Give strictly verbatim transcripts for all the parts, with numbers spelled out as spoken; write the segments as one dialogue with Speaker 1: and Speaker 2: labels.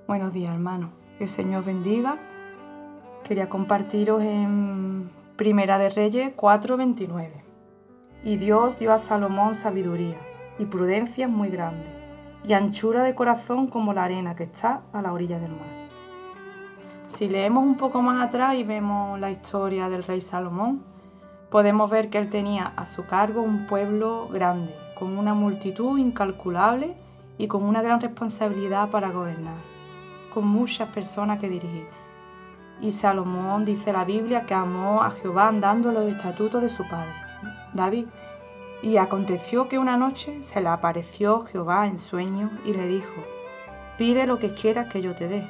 Speaker 1: Buenos días, hermanos. Que el Señor bendiga. Quería compartiros en Primera de Reyes cuatro veintinueve. Y Dios dio a Salomón sabiduría y prudencia muy grande, y anchura de corazón como la arena que está a la orilla del mar. Si leemos un poco más atrás y vemos la historia del rey Salomón, podemos ver que él tenía a su cargo un pueblo grande, con una multitud incalculable y con una gran responsabilidad para gobernar, con muchas personas que dirigir. Y Salomón, dice la Biblia, que amó a Jehová andando en los estatutos de su padre, David. Y aconteció que una noche se le apareció Jehová en sueños y le dijo: pide lo que quieras que yo te dé.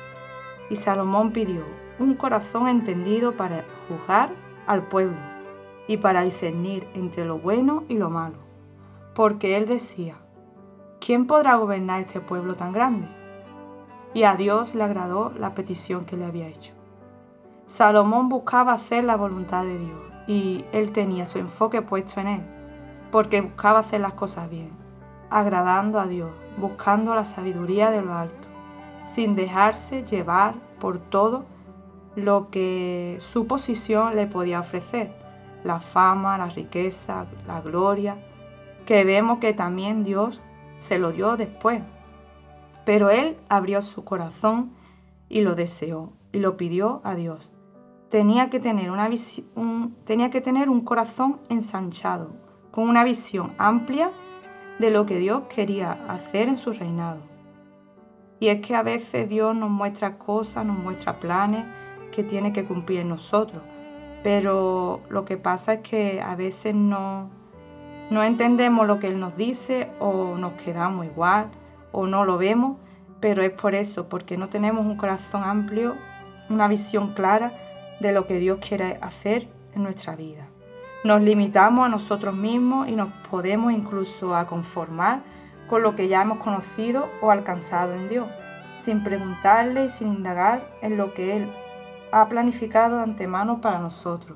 Speaker 1: Y Salomón pidió un corazón entendido para juzgar al pueblo y para discernir entre lo bueno y lo malo, porque él decía: ¿quién podrá gobernar este pueblo tan grande? Y a Dios le agradó la petición que le había hecho. Salomón buscaba hacer la voluntad de Dios y él tenía su enfoque puesto en él, porque buscaba hacer las cosas bien, agradando a Dios, buscando la sabiduría de lo alto, sin dejarse llevar por todo lo que su posición le podía ofrecer, la fama, la riqueza, la gloria, que vemos que también Dios se lo dio después. Pero él abrió su corazón y lo deseó y lo pidió a Dios. Tenía que tener una visi- un, tenía que tener un corazón ensanchado, con una visión amplia de lo que Dios quería hacer en su reinado. Y es que a veces Dios nos muestra cosas, nos muestra planes que tiene que cumplir en nosotros. Pero lo que pasa es que a veces no, no entendemos lo que Él nos dice, o nos quedamos igual, o no lo vemos, pero es por eso, porque no tenemos un corazón amplio, una visión clara de lo que Dios quiere hacer en nuestra vida. Nos limitamos a nosotros mismos y nos podemos incluso a conformar con lo que ya hemos conocido o alcanzado en Dios, sin preguntarle y sin indagar en lo que Él ha planificado de antemano para nosotros.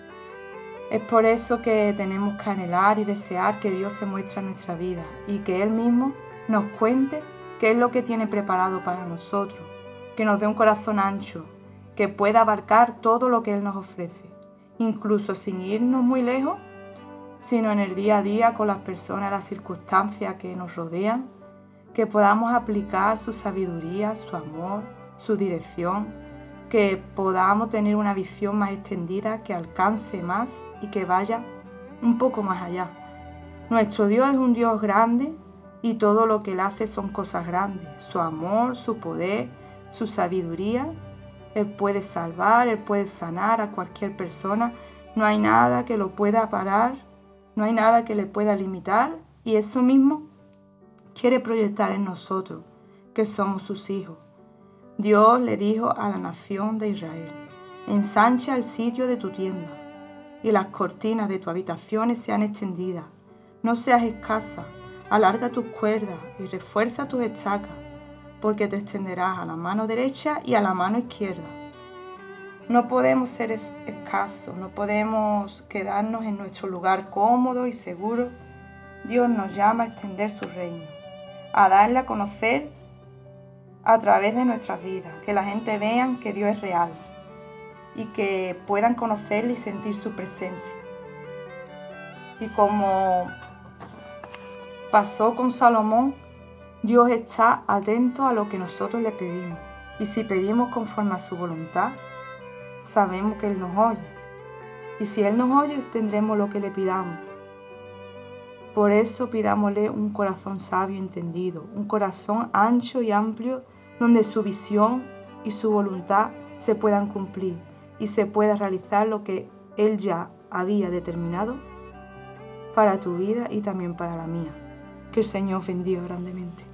Speaker 1: Es por eso que tenemos que anhelar y desear que Dios se muestre en nuestra vida y que Él mismo nos cuente qué es lo que tiene preparado para nosotros, que nos dé un corazón ancho, que pueda abarcar todo lo que Él nos ofrece, incluso sin irnos muy lejos, sino en el día a día con las personas, las circunstancias que nos rodean, que podamos aplicar su sabiduría, su amor, su dirección, que podamos tener una visión más extendida, que alcance más y que vaya un poco más allá. Nuestro Dios es un Dios grande y todo lo que Él hace son cosas grandes. Su amor, su poder, su sabiduría. Él puede salvar, Él puede sanar a cualquier persona. No hay nada que lo pueda parar, no hay nada que le pueda limitar, y eso mismo quiere proyectar en nosotros, que somos sus hijos. Dios le dijo a la nación de Israel: ensancha el sitio de tu tienda y las cortinas de tus habitaciones sean extendidas. No seas escasa, alarga tus cuerdas y refuerza tus estacas, porque te extenderás a la mano derecha y a la mano izquierda. No podemos ser es- escasos, no podemos quedarnos en nuestro lugar cómodo y seguro. Dios nos llama a extender su reino, a darle a conocer a través de nuestras vidas, que la gente vea que Dios es real y que puedan conocerle y sentir su presencia. Y como pasó con Salomón, Dios está atento a lo que nosotros le pedimos, y si pedimos conforme a su voluntad, sabemos que Él nos oye, y si Él nos oye tendremos lo que le pidamos. Por eso pidámosle un corazón sabio y entendido, un corazón ancho y amplio, donde su visión y su voluntad se puedan cumplir y se pueda realizar lo que Él ya había determinado para tu vida y también para la mía. Que el Señor bendiga grandemente.